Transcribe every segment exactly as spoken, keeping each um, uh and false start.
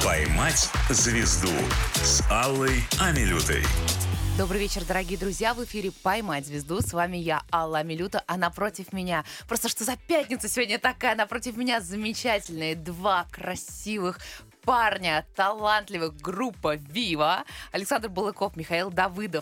«Поймать звезду» с Аллой Амилютой. Добрый вечер, дорогие друзья. В эфире «Поймать звезду». С вами я, Алла Амилюта, а напротив меня... Просто что за пятница сегодня такая? Напротив меня замечательные два красивых парня, талантливых, группа «Вива». Александр Балыков, Михаил Давыдов.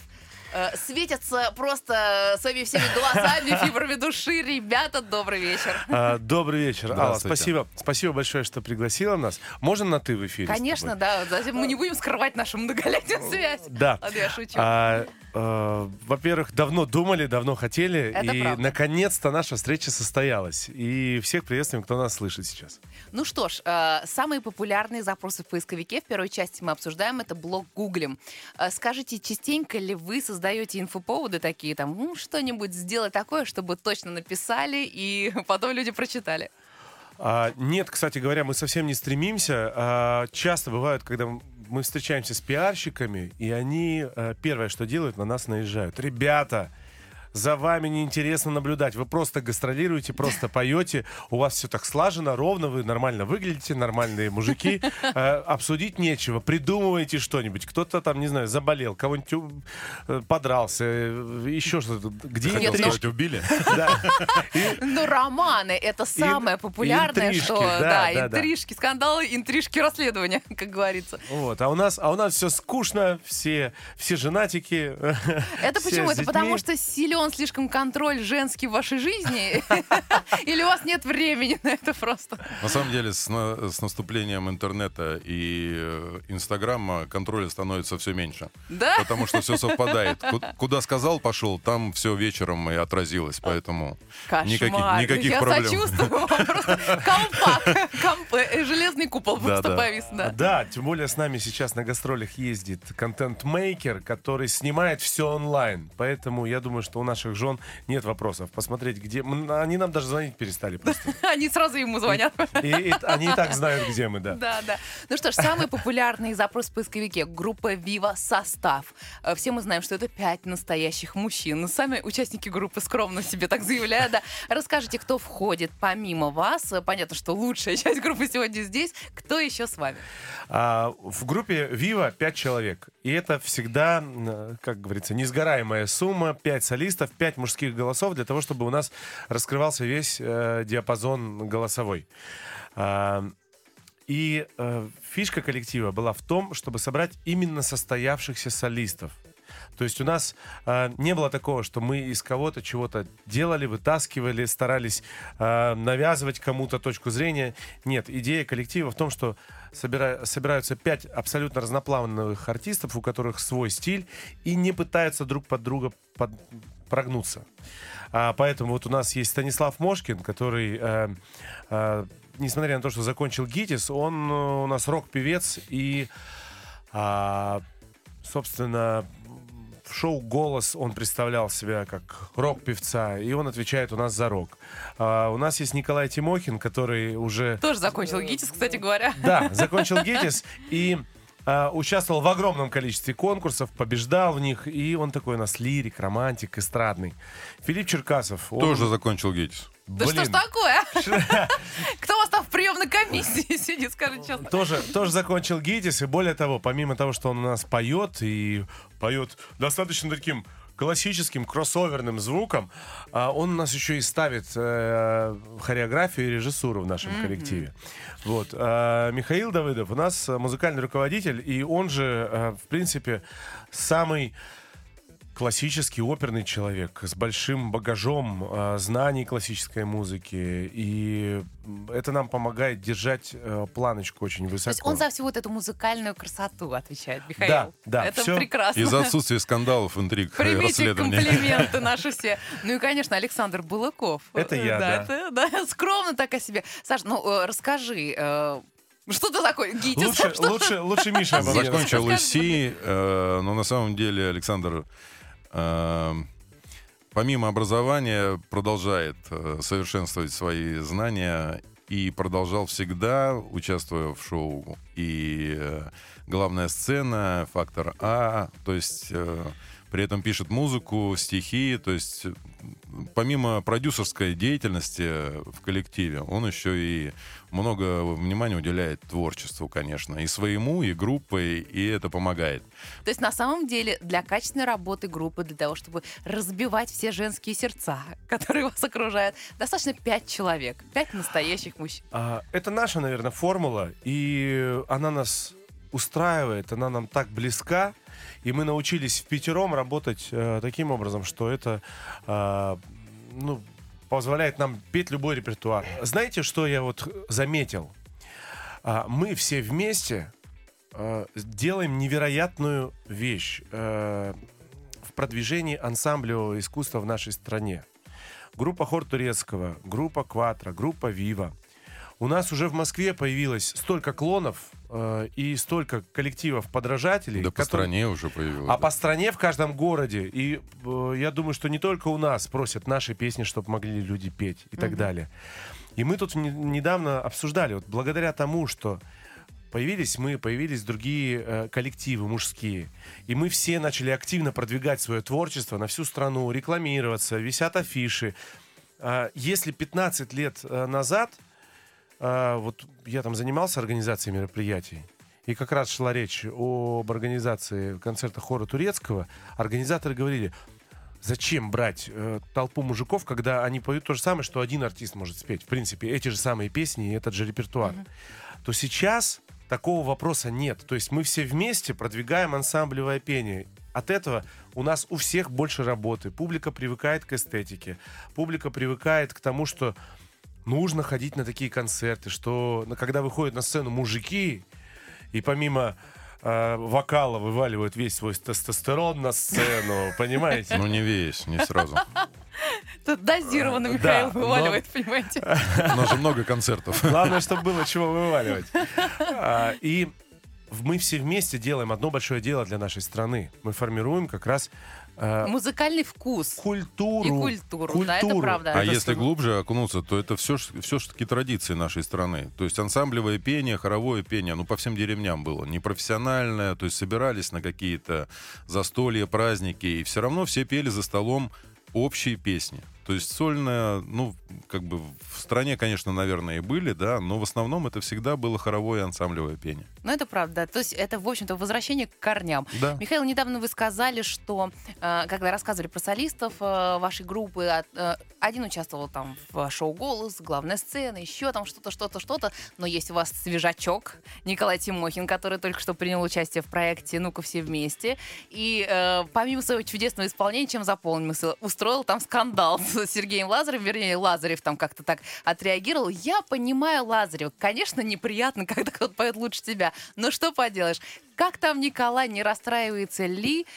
Светятся просто своими всеми глазами, фибрами души. Ребята, добрый вечер. А, добрый вечер, Алла. Спасибо, спасибо большое, что пригласила нас. Можно на «ты» в эфире? Конечно, да. Затем мы не будем скрывать нашу многолетнюю связь. Да. Ладно, я шучу. А, а, во-первых, давно думали, давно хотели. Это и правда. Наконец-то наша встреча состоялась. И всех приветствуем, кто нас слышит сейчас. Ну что ж, э, самые популярные запросы в поисковике в первой части мы обсуждаем, это блог гуглим. Э, скажите, частенько ли вы создаете инфоповоды такие, там, ну, что-нибудь сделать такое, чтобы точно написали и потом люди прочитали? А, нет, кстати говоря, мы совсем не стремимся. А, часто бывает, когда мы встречаемся с пиарщиками, и они а, первое, что делают, на нас наезжают. Ребята, за вами неинтересно наблюдать. Вы просто гастролируете, просто поете. У вас все так слажено, ровно, вы нормально выглядите, нормальные мужики. Э, обсудить нечего. Придумывайте что-нибудь. Кто-то там, не знаю, заболел, кого-нибудь э, подрался, э, еще что-то. Где Хотел интрижки? сказать, убили? Да. Ну, романы — это самое популярное, интрижки, что... да, Да, да, да. интрижки, скандалы, интрижки, расследования, как говорится. Вот. А у нас, а у нас все скучно, все, все женатики. Это все почему? с Это детьми. потому что силен слишком контроль женский в вашей жизни? Или у вас нет времени на это просто? На самом деле, с, на- с наступлением интернета и э, Инстаграма контроля становится все меньше. Да? Потому что все совпадает. Ку- Куда сказал, пошел, там все вечером и отразилось. Поэтому Кошмар. никаких, никаких Я проблем. сочувствую вам. Просто колпак, комп- э, железный купол Да, просто да. повис. Да. Да, тем более с нами сейчас на гастролях ездит контент-мейкер, который снимает все онлайн. Поэтому я думаю, что у наших жен нет вопросов. Посмотреть, где... М, Они нам даже звонить перестали просто. Они сразу ему звонят. И, и они и так знают, где мы, да. Да, да. Ну что ж, самый популярный запрос в поисковике — группа «Вива» состав. Э, Все мы знаем, что это пять настоящих мужчин. Но сами участники группы скромно себе так заявляют. Да. Расскажите, кто входит помимо вас. Э, Понятно, что лучшая часть группы сегодня здесь. Кто еще с вами? А, в группе «Вива» пять человек. И это всегда, м, как говорится, несгораемая сумма. Пять солистов, пять мужских голосов для того, чтобы у нас раскрывался весь э, диапазон голосовой. А, и э, фишка коллектива была в том, чтобы собрать именно состоявшихся солистов. То есть у нас э, не было такого, что мы из кого-то чего-то делали, вытаскивали, старались э, навязывать кому-то точку зрения. Нет, идея коллектива в том, что собира- собираются пять абсолютно разноплановых артистов, у которых свой стиль, и не пытаются друг под друга под- прогнуться. А, поэтому вот у нас есть Станислав Мошкин, который, э, э, несмотря на то, что закончил ГИТИС, он э, у нас рок-певец и, а, собственно, в шоу «Голос» он представлял себя как рок-певца, и он отвечает у нас за рок. А, у нас есть Николай Тимохин, который уже... Тоже закончил ГИТИС, кстати говоря. Да, закончил ГИТИС и а, участвовал в огромном количестве конкурсов, побеждал в них, и он такой у нас лирик, романтик, эстрадный. Филипп Черкасов. он- Тоже закончил ГИТИС. Да что ж такое? Кто у вас там в приемной комиссии сидит, скажите честно? Тоже, тоже закончил ГИТИС, и более того, помимо того, что он у нас поет, и поет достаточно таким классическим кроссоверным звуком, а, он у нас еще и ставит э, хореографию и режиссуру в нашем коллективе. Вот. А, Михаил Давыдов у нас музыкальный руководитель, и он же, э, в принципе, самый классический оперный человек с большим багажом э, знаний классической музыки, и это нам помогает держать э, планочку очень высоко. То есть он за всю вот эту музыкальную красоту отвечает, Михаил. Да, да, Это всё. прекрасно. Из-за отсутствия скандалов, интриг и Примите расследований. комплименты наши все. Ну и, конечно, Александр Балыков. Это я, да. Это, да, скромно так о себе. Саш, ну э, расскажи, э, что ты такой, ГИТИС? Лучше, Что- лучше, лучше Миша обо мне Закончил Расскажи. УСИ, э, но на самом деле Александр э, помимо образования продолжает э, совершенствовать свои знания и продолжал всегда, участвуя в шоу, и э, главная сцена, фактор А, то есть э, при этом пишет музыку, стихи, то есть помимо продюсерской деятельности в коллективе, он еще и много внимания уделяет творчеству, конечно, и своему, и группы, и это помогает. То есть на самом деле для качественной работы группы, для того, чтобы разбивать все женские сердца, которые вас окружают, достаточно пять человек, пять настоящих мужчин. А, это наша, наверное, формула, и она нас устраивает, она нам так близка, и мы научились впятером работать э, таким образом, что это э, ну, позволяет нам петь любой репертуар. Знаете, что я вот заметил? А, мы все вместе э, делаем невероятную вещь э, в продвижении ансамблевого искусства в нашей стране. Группа Хор Турецкого, группа Кватро, группа Вива. У нас уже в Москве появилось столько клонов э, и столько коллективов-подражателей. Да по которые... стране уже появилось. А да. по стране в каждом городе. И э, я думаю, что не только у нас просят наши песни, чтобы могли люди петь и mm-hmm. так далее. И мы тут не, недавно обсуждали, вот благодаря тому, что появились мы, появились другие э, коллективы мужские, и мы все начали активно продвигать свое творчество на всю страну, рекламироваться, висят афиши. Э, если пятнадцать лет э, назад Uh, вот я там занимался организацией мероприятий, и как раз шла речь об организации концерта Хора Турецкого. Организаторы говорили, зачем брать э, толпу мужиков, когда они поют то же самое, что один артист может спеть. В принципе, эти же самые песни и этот же репертуар. Mm-hmm. То сейчас такого вопроса нет. То есть мы все вместе продвигаем ансамблевое пение. От этого у нас у всех больше работы. Публика привыкает к эстетике. Публика привыкает к тому, что нужно ходить на такие концерты, что когда выходят на сцену мужики, и помимо э, вокала вываливают весь свой тестостерон на сцену, понимаете? Ну, не весь, не сразу. Тут дозированно Михаил вываливает, понимаете? У нас же много концертов. Главное, чтобы было чего вываливать. И мы все вместе делаем одно большое дело для нашей страны. Мы формируем как раз музыкальный вкус. Культуру. И культуру, культуру. Да, это правда. А это если что... глубже окунуться, то это все, все же таки традиции нашей страны. То есть ансамблевое пение, хоровое пение, ну, по всем деревням было. Непрофессиональное, то есть собирались на какие-то застолья, праздники, и все равно все пели за столом общие песни. То есть сольная, ну, как бы в стране, конечно, наверное, и были, да, но в основном это всегда было хоровое ансамблевое пение. Ну, это правда. То есть это, в общем-то, возвращение к корням. Да. Михаил, недавно вы сказали, что, э, когда рассказывали про солистов э, вашей группы, э, один участвовал там в шоу «Голос», главная сцена, еще там что-то, что-то, что-то, но есть у вас свежачок Николай Тимохин, который только что принял участие в проекте «Ну-ка все вместе». И э, помимо своего чудесного исполнения, чем запомнился, устроил там скандал с Сергеем Лазаревым, вернее, Лазарев там как-то так отреагировал. Я понимаю Лазарева. Конечно, неприятно, когда кто-то поет лучше тебя, но что поделаешь. Как там Николай, не расстраивается ли?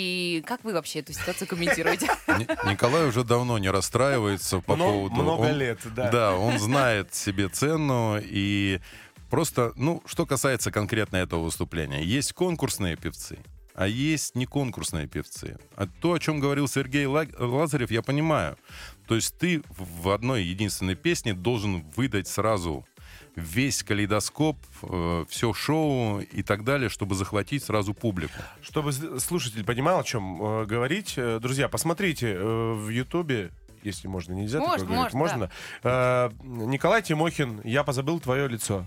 И как вы вообще эту ситуацию комментируете? Николай уже давно не расстраивается по много, поводу... Много он, лет, да. Да, он знает себе цену, и просто, ну, что касается конкретно этого выступления, есть конкурсные певцы, а есть не конкурсные певцы. А то, о чем говорил Сергей Лазарев, я понимаю. То есть ты в одной единственной песне должен выдать сразу весь калейдоскоп, э, все шоу и так далее, чтобы захватить сразу публику. Чтобы слушатель понимал, о чем э, говорить, э, друзья, посмотрите э, в Ютубе, если можно, нельзя может, такое говорить, может, можно. Да. Э, Николай Тимохин, «Я позабыл твое лицо».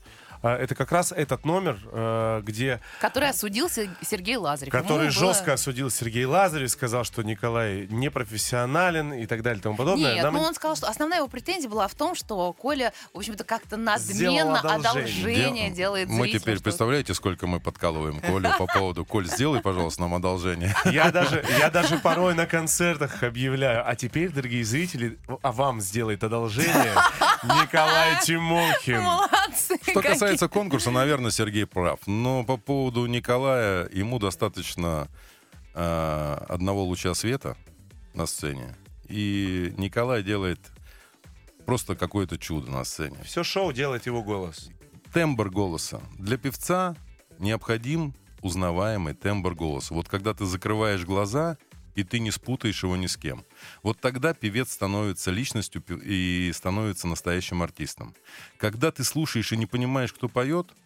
Это как раз этот номер, где... Который осудил Сергей Лазарев. Который Ему жестко было... осудил Сергей Лазарев, сказал, что Николай непрофессионален и так далее и тому подобное. Нет, Нам... ну он сказал, что основная его претензия была в том, что Коля, в общем-то, как-то надменно одолжение, одолжение Дел... делает Мы зрителям. теперь, что... представляете, сколько мы подкалываем Колю по поводу «Коль, сделай, пожалуйста, нам одолжение». Я даже, я даже порой на концертах объявляю, а теперь, дорогие зрители, а вам сделает одолжение Николай Тимохин. Молодцы! Что касается конкурса, наверное, Сергей прав. Но по поводу Николая, ему достаточно э, одного луча света на сцене. И Николай делает просто какое-то чудо на сцене. Все шоу делает его голос. Тембр голоса. Для певца необходим узнаваемый тембр голоса. Вот когда ты закрываешь глаза, и ты не спутаешь его ни с кем. Вот тогда певец становится личностью и становится настоящим артистом. Когда ты слушаешь и не понимаешь, кто поет,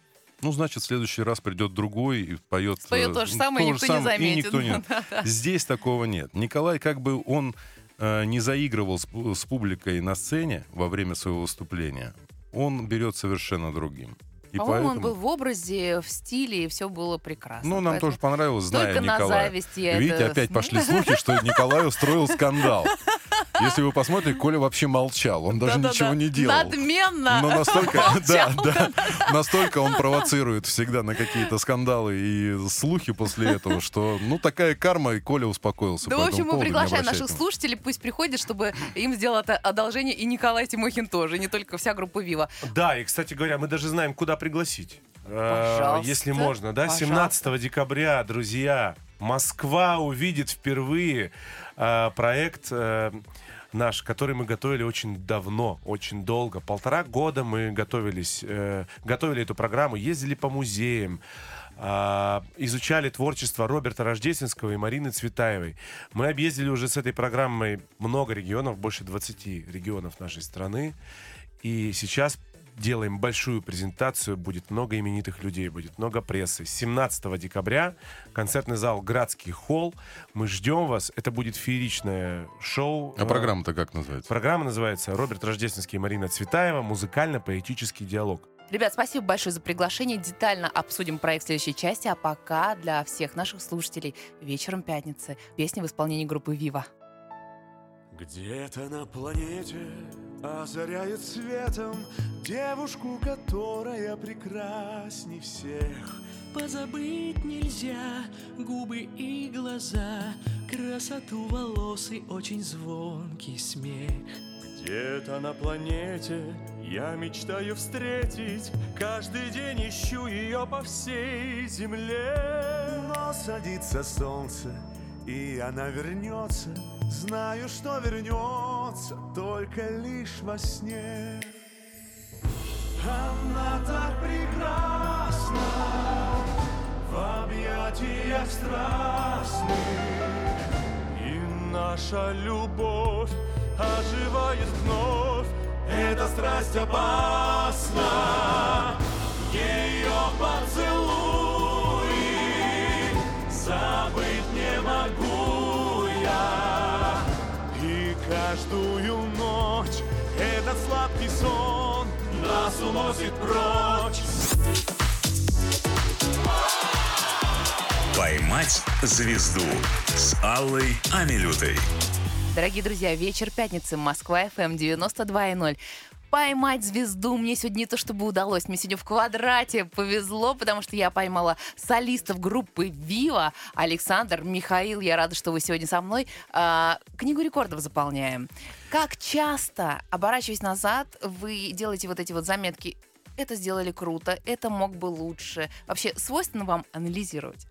Ну, значит, в следующий раз придет другой и поет... Споет э, то же самое, то никто же не самое, и заметит. никто не- Да-да. Здесь такого нет. Николай, как бы он э, не заигрывал с, пу- с публикой на сцене во время своего выступления, он берет совершенно другим. И По-моему, он поэтому- был в образе, в стиле, и все было прекрасно. Ну, нам Поэтому тоже понравилось, зная только на Николая. зависть я Видите, это- опять пошли слухи, что Николай устроил скандал. Если вы посмотрите, Коля вообще молчал, он даже Да-да-да. ничего не делал. Надменно. Но настолько, да, молчал. да, настолько он провоцирует всегда на какие-то скандалы и слухи после этого, что, ну, такая карма, и Коля успокоился. Да, по в этому общем, мы поводу, не приглашаем обращайте наших внимания. слушателей, пусть приходят, чтобы им сделал это одолжение, и Николай Тимохин тоже, не только вся группа «Вива». Да, и, кстати говоря, мы даже знаем, куда пригласить. Пожалуйста. Э, Если можно, да, Пожалуйста. семнадцатого декабря, друзья, Москва увидит впервые э, проект э, наш, который мы готовили очень давно, очень долго. Полтора года мы готовились, э, готовили эту программу, ездили по музеям, э, изучали творчество Роберта Рождественского и Марины Цветаевой. Мы объездили уже с этой программой много регионов, больше двадцати регионов нашей страны. И сейчас делаем большую презентацию, будет много именитых людей, будет много прессы. семнадцатого декабря концертный зал «Градский холл». Мы ждем вас. Это будет фееричное шоу. А программа-то как называется? Программа называется «Роберт Рождественский и Марина Цветаева. Музыкально-поэтический диалог». Ребят, спасибо большое за приглашение. Детально обсудим проект в следующей части. А пока для всех наших слушателей вечером пятницы песня в исполнении группы «Вива». Где-то на планете озаряет светом девушку, которая прекрасней всех. Позабыть нельзя губы и глаза, красоту волос и очень звонкий смех. Где-то на планете я мечтаю встретить, каждый день ищу ее по всей земле. Но садится солнце, и она вернется. Знаю, что вернется только лишь во сне. Она так прекрасна в объятиях страстных, и наша любовь оживает вновь. Эта страсть опасна, ее поцелуи забыть не могу я. И каждую ночь этот сладкий сон нас уносит прочь. «Поймать звезду» с Аллой Амилютой. Дорогие друзья, вечер пятницы, Москва, эф эм девяносто два и ноль. Поймать звезду мне сегодня не то чтобы удалось, мне сегодня в квадрате повезло, потому что я поймала солистов группы «Вива». Александр, Михаил, я рада, что вы сегодня со мной. А, книгу рекордов заполняем. Как часто, оборачиваясь назад, вы делаете вот эти вот заметки? Это сделали круто, это мог бы лучше. Вообще, свойственно вам анализировать?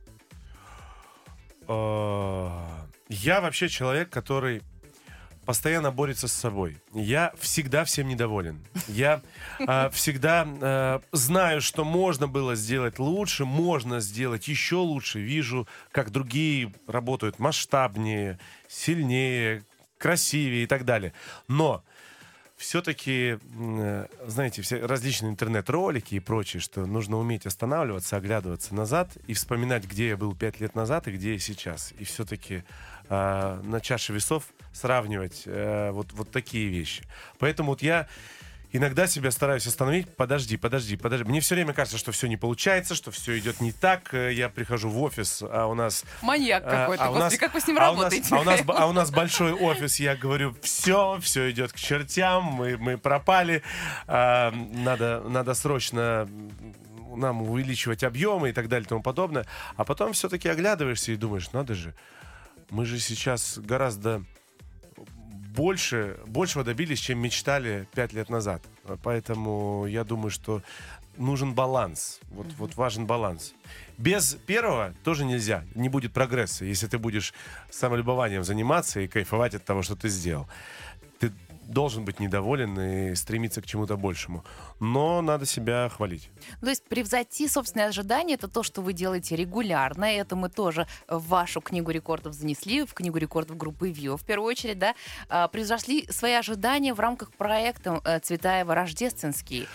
Э, Я вообще человек, который постоянно борется с собой. Я всегда всем недоволен. Я э, всегда э, знаю, что можно было сделать лучше, можно сделать еще лучше. Вижу, как другие работают масштабнее, сильнее, красивее и так далее. Но все-таки, э, знаете, все различные интернет-ролики и прочее, что нужно уметь останавливаться, оглядываться назад и вспоминать, где я был пять лет назад и где я сейчас. И все-таки э, на чаше весов сравнивать э, вот, вот такие вещи. Поэтому вот я иногда себя стараюсь остановить. Подожди, подожди, подожди. Мне все время кажется, что все не получается, что все идет не так. Э, Я прихожу в офис, а у нас... Маньяк А, какой-то, а у господи, нас- как вы с ним а у нас- работаете? А у нас, а у нас большой офис, я говорю, все, все идет к чертям, мы, мы пропали, а, надо, надо срочно нам увеличивать объемы и так далее и тому подобное. А потом все-таки оглядываешься и думаешь, надо же, мы же сейчас гораздо больше, большего добились, чем мечтали пять лет назад. Поэтому я думаю, что нужен баланс. Вот, вот важен баланс. Без первого тоже нельзя. Не будет прогресса, если ты будешь самолюбованием заниматься и кайфовать от того, что ты сделал. Ты должен быть недоволен и стремиться к чему-то большему. Но надо себя хвалить. То есть превзойти собственные ожидания — это то, что вы делаете регулярно. Это мы тоже в вашу книгу рекордов занесли, в книгу рекордов группы «Вива» в первую очередь, да. А, превзошли свои ожидания в рамках проекта э, Цветаева «Рождественский».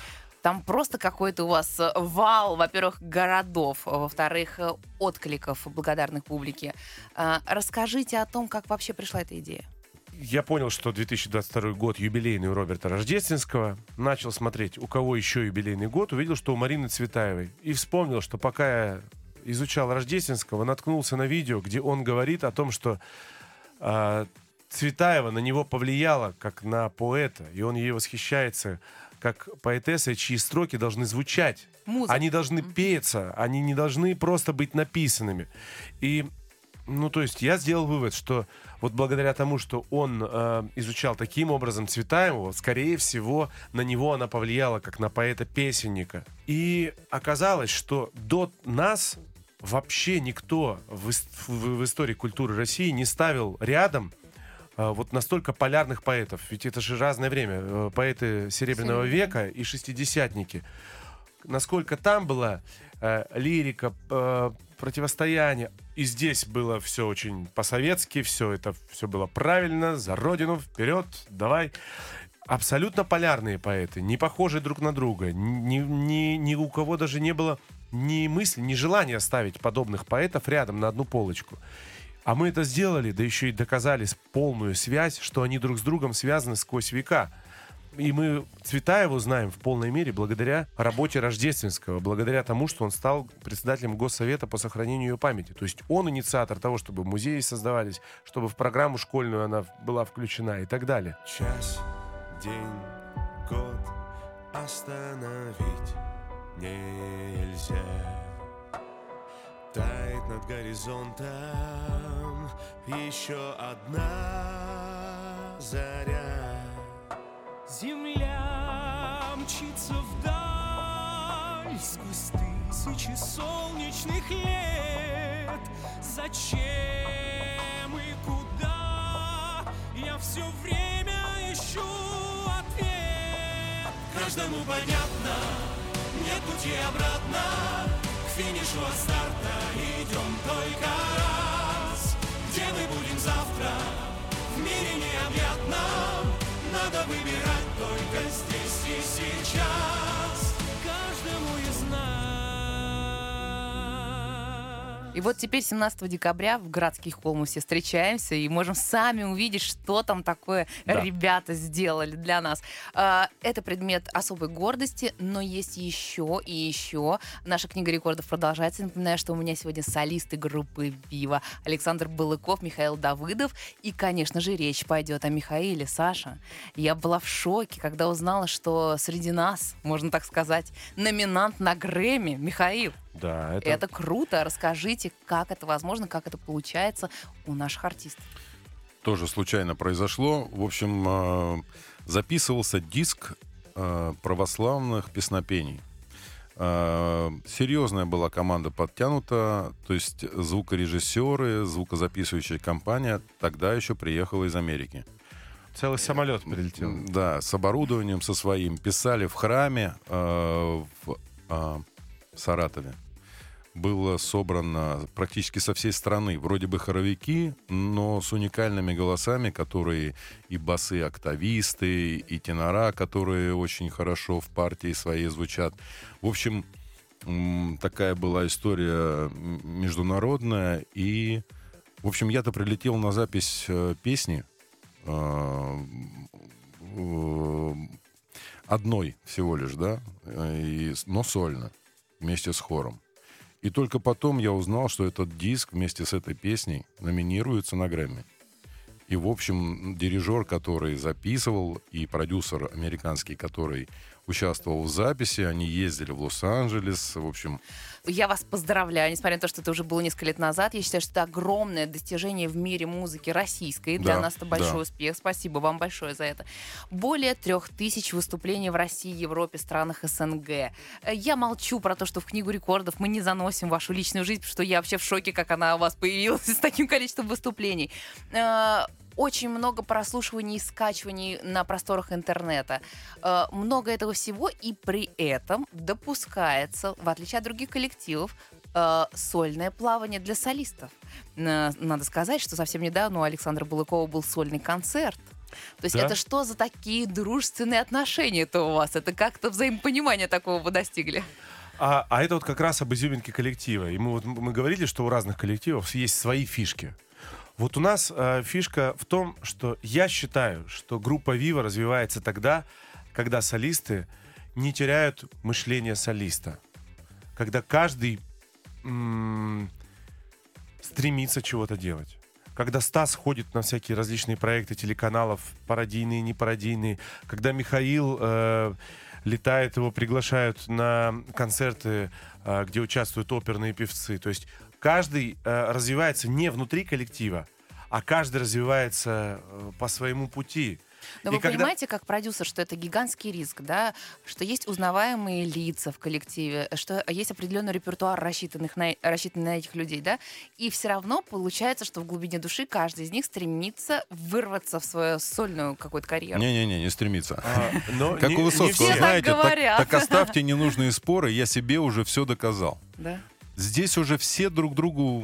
Там просто какой-то у вас э, вал, во-первых, городов, во-вторых, э, откликов благодарных публике. Э, Расскажите о том, как вообще пришла эта идея. Я понял, что две тысячи двадцать второй год юбилейный у Роберта Рождественского. Начал смотреть, у кого еще юбилейный год. Увидел, что у Марины Цветаевой. И вспомнил, что пока я изучал Рождественского, наткнулся на видео, где он говорит о том, что э, Цветаева на него повлияла как на поэта. И он ей восхищается как поэтесса, чьи строки должны звучать. Музыка. Они должны петься, они не должны просто быть написанными. И, ну, то есть я сделал вывод, что вот благодаря тому, что он э, изучал таким образом Цветаеву, скорее всего, на него она повлияла как на поэта-песенника. И оказалось, что до нас вообще никто в, ис- в, в истории культуры России не ставил рядом э, вот настолько полярных поэтов. Ведь это же разное время. Э, Поэты Серебряного века и шестидесятники. Насколько там была э, лирика, э, противостояние. И здесь было все очень по-советски, все это все было правильно, за родину, вперед, давай. Абсолютно полярные поэты, не похожие друг на друга. Ни, ни, ни у кого даже не было ни мысли, ни желания ставить подобных поэтов рядом на одну полочку. А мы это сделали, да еще и доказали полную связь, что они друг с другом связаны сквозь века. И мы Цветаеву знаем в полной мере благодаря работе Рождественского, благодаря тому, что он стал председателем Госсовета по сохранению ее памяти. То есть он инициатор того, чтобы музеи создавались, чтобы в программу школьную она была включена и так далее. Час, день, год остановить нельзя. Тает над горизонтом еще одна заря. Земля мчится вдаль сквозь тысячи солнечных лет. Зачем и куда? Я все время ищу ответ. Каждому понятно, нет пути обратно. К финишу от старта идем только раз. Где мы будем завтра? В мире необъятном. Надо выбирать только здесь и сейчас. Каждому из нас. И вот теперь семнадцатого декабря в Градский холл мы все встречаемся и можем сами увидеть, что там такое Да. ребята сделали для нас. А, Это предмет особой гордости, но есть еще и еще. Наша книга рекордов продолжается. Напоминаю, что у меня сегодня солисты группы «Вива» Александр Балыков, Михаил Давыдов. И, конечно же, речь пойдет о Михаиле. Саша, я была в шоке, когда узнала, что среди нас, можно так сказать, номинант на Грэмми. Михаил, Да, это, это круто. Расскажите, как это возможно, как это получается у наших артистов. Тоже случайно произошло. В общем, э, записывался диск э, православных песнопений. Э, Серьезная была команда подтянута, то есть звукорежиссеры, звукозаписывающая компания тогда еще приехала из Америки. целый самолет прилетел. Да, с оборудованием со своим. Писали в храме э, в э, Саратове. Было собрано практически со всей страны. Вроде бы хоровики, но с уникальными голосами, которые и басы-октависты, и тенора, которые очень хорошо в партии своей звучат. В общем, м, такая была история м, международная. И, в общем, я-то прилетел на запись э, песни. э, э, Одной всего лишь, да, и, но сольно, вместе с хором. И только потом я узнал, что этот диск вместе с этой песней номинируется на Грэмми. И, в общем, дирижер, который записывал, и продюсер американский, который участвовал в записи, они ездили в Лос-Анджелес, в общем... Я вас поздравляю, несмотря на то, что это уже было несколько лет назад. Я считаю, что это огромное достижение в мире музыки российской. И для Да, нас это большой да. успех. Спасибо вам большое за это. Более трех тысяч выступлений в России, Европе, странах СНГ. Э, Я молчу про то, что в книгу рекордов мы не заносим вашу личную жизнь, потому что я вообще в шоке, как она у вас появилась с таким количеством выступлений. Э, Очень много прослушиваний и скачиваний на просторах интернета. Э, Много этого всего, и при этом допускается, в отличие от других коллективов, э, сольное плавание для солистов. Э, Надо сказать, что совсем недавно у Александра Балыкова был сольный концерт. То есть Да. это что за такие дружественные отношения-то у вас? Это как-то взаимопонимания такого вы достигли? А, а это вот как раз об изюминке коллектива. И мы, вот, мы говорили, что у разных коллективов есть свои фишки. Вот у нас э, фишка в том, что я считаю, что группа Viva развивается тогда, когда солисты не теряют мышление солиста. Когда каждый м- стремится чего-то делать. Когда Стас ходит на всякие различные проекты телеканалов, пародийные, непародийные. Когда Михаил э, летает, его приглашают на концерты, э, где участвуют оперные певцы. То есть каждый э, развивается не внутри коллектива, а каждый развивается э, по своему пути. Но И вы когда- понимаете, как продюсер, что это гигантский риск, да? Что есть узнаваемые лица в коллективе, что есть определенный репертуар, рассчитанных на, рассчитанный на этих людей, да? И все равно получается, что в глубине души каждый из них стремится вырваться в свою сольную какую-то карьеру. Не-не-не, не стремится. А, но Как не- у не Высоцкого, все. так знаете, так, говорят. так оставьте ненужные споры, я себе уже все доказал. Да? Здесь уже все друг другу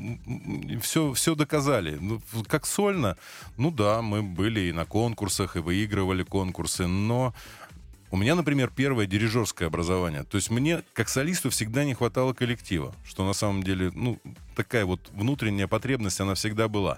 все, все доказали. Ну, как сольно, ну да, мы были и на конкурсах, и выигрывали конкурсы, но у меня, например, первое дирижерское образование. То есть мне, как солисту, всегда не хватало коллектива, что на самом деле, ну, такая вот внутренняя потребность, она всегда была.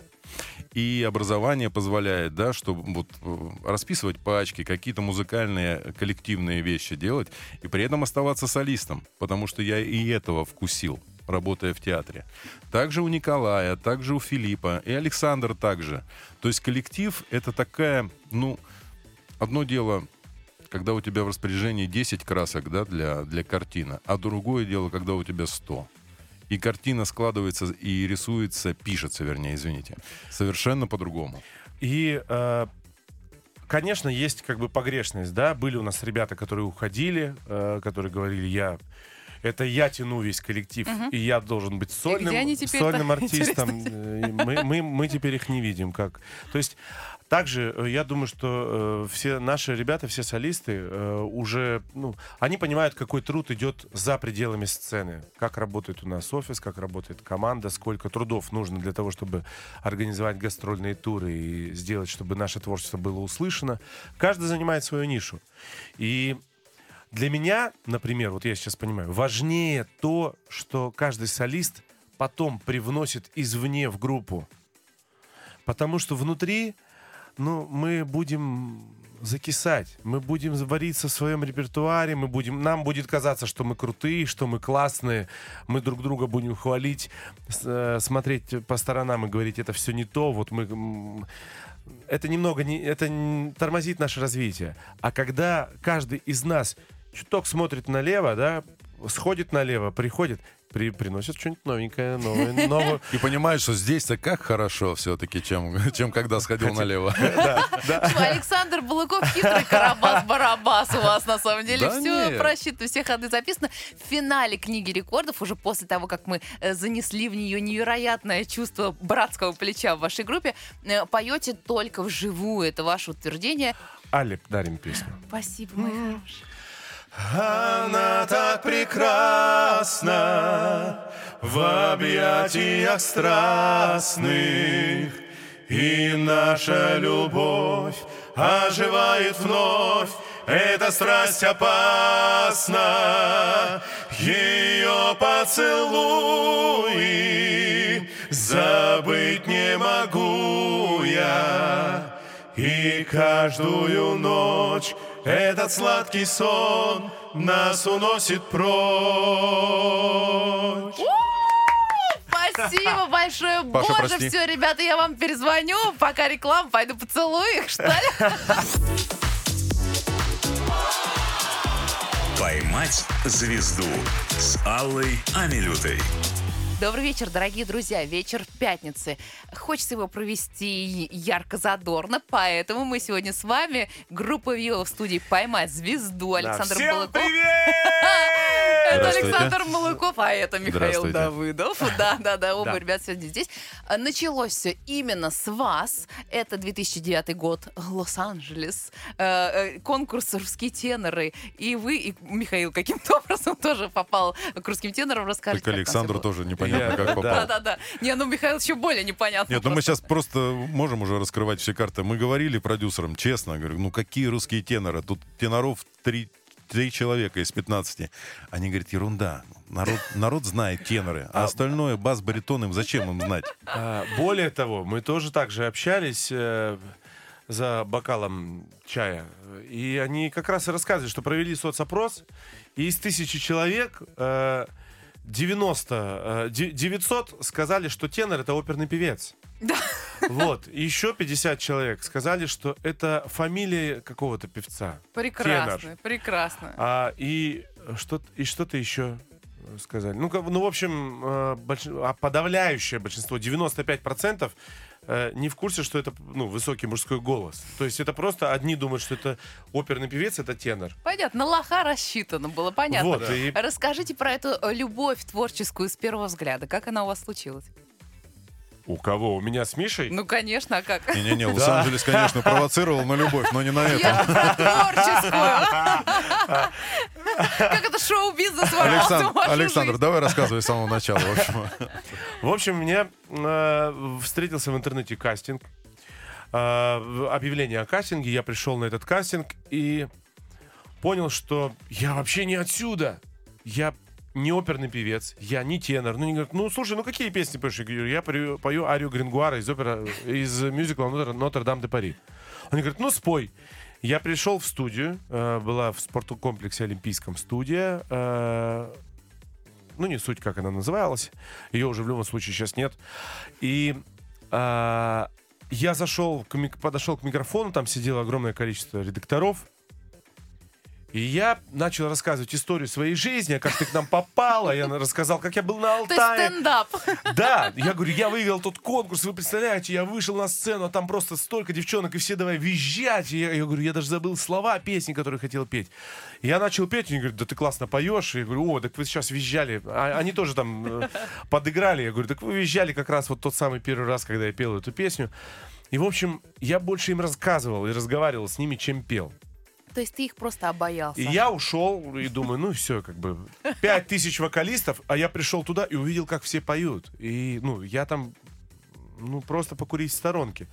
И образование позволяет, да, чтобы вот э, расписывать пачки, какие-то музыкальные коллективные вещи делать, и при этом оставаться солистом, потому что я и этого вкусил, работая в театре. Также у Николая, также у Филиппа, и Александр также. То есть коллектив — это такая, ну, одно дело, когда у тебя в распоряжении десять красок, да, для, для картины, а другое дело, когда у тебя сто. И картина складывается и рисуется, пишется, вернее, извините, совершенно по-другому. И, э, конечно, есть как бы погрешность, да. Были у нас ребята, которые уходили, э, которые говорили, я... Это я тяну весь коллектив, Мгм. и я должен быть сольным, где они теперь-то? сольным артистом. Э, и Мы, мы, мы теперь их не видим. Как. То есть также э, я думаю, что э, все наши ребята, все солисты э, уже, ну, они понимают, какой труд идет за пределами сцены. Как работает у нас офис, как работает команда, сколько трудов нужно для того, чтобы организовать гастрольные туры и сделать, чтобы наше творчество было услышано. Каждый занимает свою нишу. И для меня, например, вот я сейчас понимаю, важнее то, что каждый солист потом привносит извне в группу. Потому что внутри, ну, мы будем закисать, мы будем вариться в своем репертуаре, мы будем, нам будет казаться, что мы крутые, что мы классные, мы друг друга будем хвалить, с- э, смотреть по сторонам и говорить, это все не то, вот мы... м, это немного, не, это н- тормозит наше развитие. А когда каждый из нас чуток смотрит налево, да, сходит налево, приходит, при, приносит что-нибудь новенькое, новое, новое. И понимаешь, что здесь-то как хорошо все-таки, чем, чем когда сходил налево. Что, Александр Балыков хитрый Карабас-Барабас у вас, на самом деле. Да Все нет. просчитано, все ходы записано. В финале книги рекордов, уже после того, как мы э, занесли в нее невероятное чувство братского плеча в вашей группе, э, поете только вживую. Это ваше утверждение. Але дарим песню. Спасибо, мой хороший. Она так прекрасна в объятиях страстных, и наша любовь оживает вновь. Эта страсть опасна, ее поцелуи забыть не могу я. И каждую ночь этот сладкий сон нас уносит прочь. Спасибо большое. Паша, Боже, прости. все, ребята, я вам перезвоню. Пока реклама, пойду поцелую их, что ли? «Поймать звезду» с Аллой Амилютой. Добрый вечер, дорогие друзья. Вечер пятницы. Хочется его провести ярко-задорно, поэтому мы сегодня с вами, группа Viva в студии «Поймать звезду». Александр Всем Балыков. привет! Это Здравствуйте. Александр Малыков, а это Михаил Здравствуйте. Давыдов. Да, да, да, оба Да. ребят сегодня здесь. А, Началось все именно с вас. Это две тысячи девятый год, Лос-Анджелес. Э, э, Конкурс «Русские теноры». И вы, и Михаил каким-то образом тоже попал к русским тенорам. Расскажите, Так как там Александру всё было. тоже непонятно, Я- как да. попал. Да-да-да. Не, ну Михаил еще более непонятно. Нет, ну мы просто. сейчас просто можем уже раскрывать все карты. Мы говорили продюсерам, честно, говорю, ну какие русские теноры? Тут теноров три, три человека из пятнадцати. Они говорят, ерунда. Народ, народ знает теноры, а остальное, бас, баритон, им зачем им знать? А, более того, мы тоже так же общались э, за бокалом чая. И они как раз и рассказывали, что провели соцопрос, и из тысячи человек э, девяносто, э, де- девятьсот сказали, что тенор — это оперный певец. Да. Вот. И еще пятьдесят человек сказали, что это фамилия какого-то певца. Прекрасно, Тенор. прекрасно. А, и, что, и что-то еще сказали. Ну, как- ну в общем, э, больш- а подавляющее большинство, девяносто пять процентов, э, не в курсе, что это ну, высокий мужской голос. То есть это просто одни думают, что это оперный певец, это тенор. Понятно, на лоха рассчитано было, понятно. Вот, и- Расскажите про эту э, любовь творческую с первого взгляда. Как она у вас случилась? У кого? У меня с Мишей? Ну, конечно, а как? Не-не-не, Лос-Анджелес, конечно, провоцировал на любовь, но не на это. Я про творческую. Как это шоу-бизнес ворвался в Александр, вашу Александр, жизнь? давай рассказывай с самого начала. В общем. В общем, мне э, встретился в интернете кастинг. Э, объявление о кастинге. Я пришел на этот кастинг и понял, что я вообще не отсюда. Я не оперный певец, я не тенор. Ну, они говорят, ну, слушай, ну какие песни поешь? Я говорю, я пою, пою арию Грингуара из опера, из мюзикла «Нотр- Нотр-Дам де Пари. Они говорят, ну, спой. Я пришел в студию, э, была в спорткомплексе Олимпийском студия, э, ну, не суть, как она называлась. Ее уже в любом случае сейчас нет. И а, я зашел, к мик- подошел к микрофону, там сидело огромное количество редакторов. И я начал рассказывать историю своей жизни, а как ты к нам попала. Я рассказал, как я был на То есть Алтае. стендап. Да, я говорю, я выиграл тот конкурс, вы представляете, я вышел на сцену, а там просто столько девчонок, и все давай визжать. И я, я говорю, я даже забыл слова песни, которые хотел петь. И я начал петь, и они говорят, да ты классно поешь. И я говорю, о, так вы сейчас визжали. А, они тоже там э, подыграли. Я говорю, так вы визжали как раз вот тот самый первый раз, когда я пел эту песню. И, в общем, я больше им рассказывал и разговаривал с ними, чем пел. То есть ты их просто обаялся. И я ушел и думаю, ну все, как бы пять тысяч вокалистов, а я пришел туда и увидел, как все поют. И, ну, я там, ну, просто покурить в сторонке.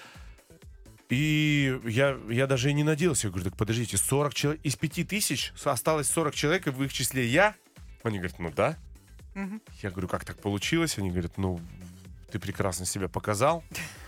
И я, я даже и не надеялся. Я говорю, так подождите, сорок человек, из пяти тысяч осталось сорок человек, и в их числе я? Они говорят, ну да. Мгм. Я говорю, как так получилось? Они говорят, ну, ты прекрасно себя показал.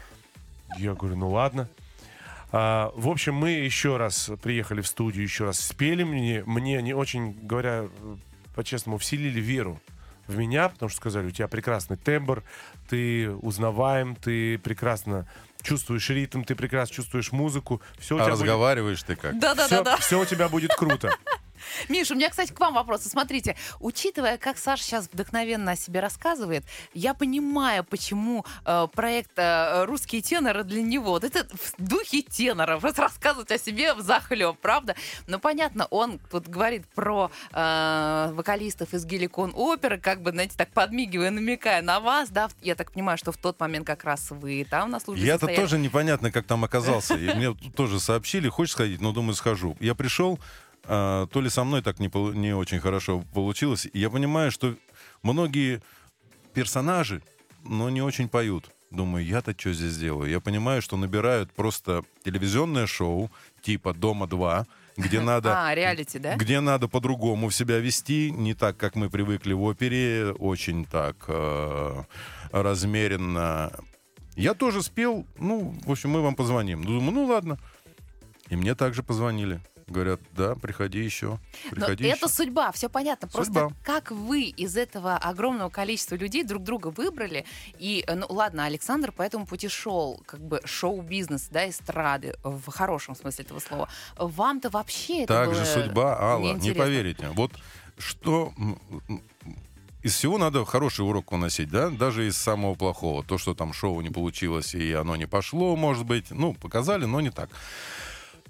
Я говорю, ну ладно. А, в общем, мы еще раз приехали в студию, еще раз спели. Мне, мне не очень, говоря по-честному, вселили веру в меня, потому что сказали, у тебя прекрасный тембр, ты узнаваем, ты прекрасно чувствуешь ритм, ты прекрасно чувствуешь музыку. Все у А тебя будет, разговариваешь ты как? Да-да-да-да. все у тебя будет круто. Миша, у меня, кстати, к вам вопрос. Смотрите, учитывая, как Саша сейчас вдохновенно о себе рассказывает, я понимаю, почему э, проект э, «Русские теноры» для него. Вот это в духе тенора. Просто рассказывать о себе взахлеб, правда? Но понятно, он тут говорит про э, вокалистов из Геликон оперы, как бы, знаете, так подмигивая, намекая на вас, да? Я так понимаю, что в тот момент как раз вы там на службе Я-то состояли. тоже непонятно, как там оказался. И мне тут тоже сообщили, хочешь сходить? Ну, думаю, схожу. Я пришел, а, то ли со мной так не, полу- не очень хорошо получилось. И я понимаю, что многие персонажи, но не очень поют. Думаю, я-то что здесь делаю? Я понимаю, что набирают просто телевизионное шоу типа «Дома-два», где надо... А, реалити, да? Где надо по-другому себя вести, не так, как мы привыкли в опере, очень так э, размеренно. Я тоже спел, ну, в общем, мы вам позвоним. Думаю, ну ладно. И мне также позвонили. Говорят, да, приходи еще, Но приходи это еще. судьба, все понятно. Просто Судьба. как вы из этого огромного количества людей друг друга выбрали, и, ну ладно, Александр по этому пути шел, как бы шоу-бизнес, да, эстрады, в хорошем смысле этого слова. Вам-то вообще это Так было же судьба, Алла, не неинтересно. поверите. Вот что... м, м, Из всего надо хороший урок уносить, да? Даже из самого плохого. То, что там шоу не получилось и оно не пошло, может быть. Ну, показали, но не так.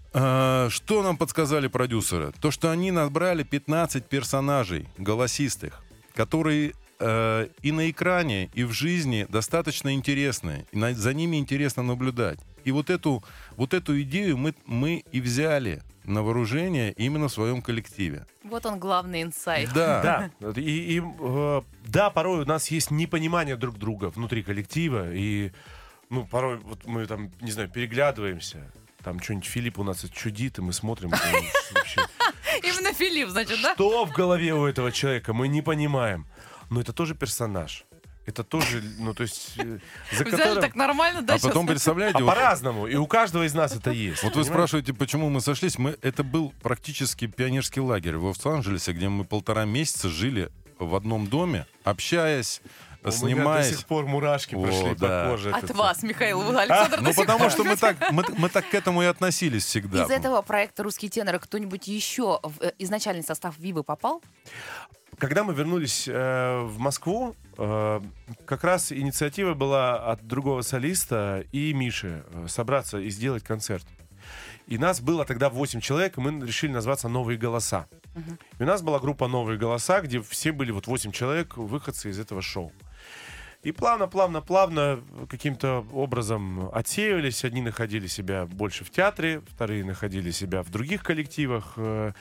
А, что нам подсказали продюсеры? То, что они набрали пятнадцать персонажей голосистых, которые э, и на экране, и в жизни достаточно интересны. И на, за ними интересно наблюдать. И вот эту, вот эту идею мы, мы и взяли на вооружение именно в своем коллективе. Вот он главный инсайт. Да. Да, и, и, э, да, порой у нас есть непонимание друг друга внутри коллектива, и, ну, порой вот мы там, не знаю, переглядываемся, там что-нибудь Филипп у нас чудит, и мы смотрим. Вообще, Именно Филипп, значит, да? что в голове у этого человека, мы не понимаем. Но это тоже персонаж. Это тоже, ну, то есть... э, За Взяли которым... так нормально, да, А потом, сейчас? представляете, А вот, по-разному. И у каждого из нас это есть. вот вы понимаете? спрашиваете, почему мы сошлись. Мы, это был практически пионерский лагерь в Лос-Анджелесе, где мы полтора месяца жили в одном доме, общаясь, У меня до снимаясь. сих пор мурашки О, пошли да. по коже. От Это- вас, Михаил, вы, Александр, Ну, до сих потому пор. что мы так, мы, мы так к этому и относились всегда. Из этого проекта «Русские теноры» кто-нибудь еще в э, изначальный состав Вивы попал? Когда мы вернулись э, в Москву, э, как раз инициатива была от другого солиста и Миши э, собраться и сделать концерт. И нас было тогда восемь человек, и мы решили назваться «Новые голоса». И у нас была группа «Новые голоса», где все были вот восемь человек, выходцы из этого шоу. И плавно, плавно, плавно каким-то образом отсеивались. Одни находили себя больше в театре, вторые находили себя в других коллективах. э,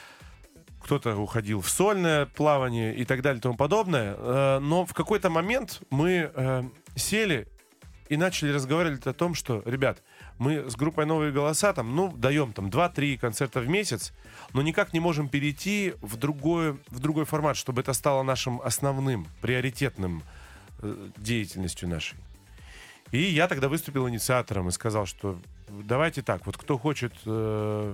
Кто-то уходил в сольное плавание и так далее и тому подобное. Э, Но в какой-то момент мы э, сели и начали разговаривать о том, что, ребят, мы с группой «Новые голоса» там, ну, даем там два-три концерта в месяц, но никак не можем перейти в другой, в другой формат, чтобы это стало нашим основным, приоритетным э, деятельностью нашей. И я тогда выступил инициатором и сказал, что давайте так, вот кто хочет э,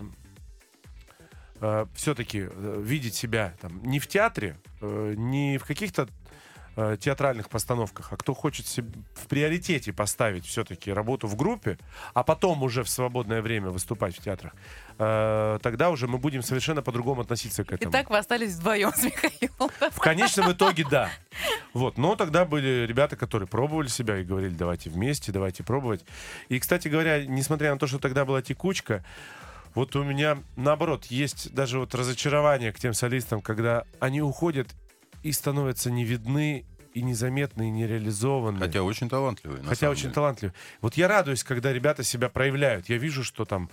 э, все-таки э, видеть себя там, не в театре, э, не в каких-то э, театральных постановках, а кто хочет себе в приоритете поставить все-таки работу в группе, а потом уже в свободное время выступать в театрах, э, тогда уже мы будем совершенно по-другому относиться к этому. Итак, вы остались вдвоем с Михаилом. В конечном итоге, да. Вот. Но тогда были ребята, которые пробовали себя и говорили, давайте вместе, давайте пробовать. И, кстати говоря, несмотря на то, что тогда была текучка, вот у меня, наоборот, есть даже вот разочарование к тем солистам, когда они уходят и становятся не видны, и незаметны, и нереализованы. Хотя очень талантливый. на Хотя самом очень деле. талантливы. Вот я радуюсь, когда ребята себя проявляют. Я вижу, что там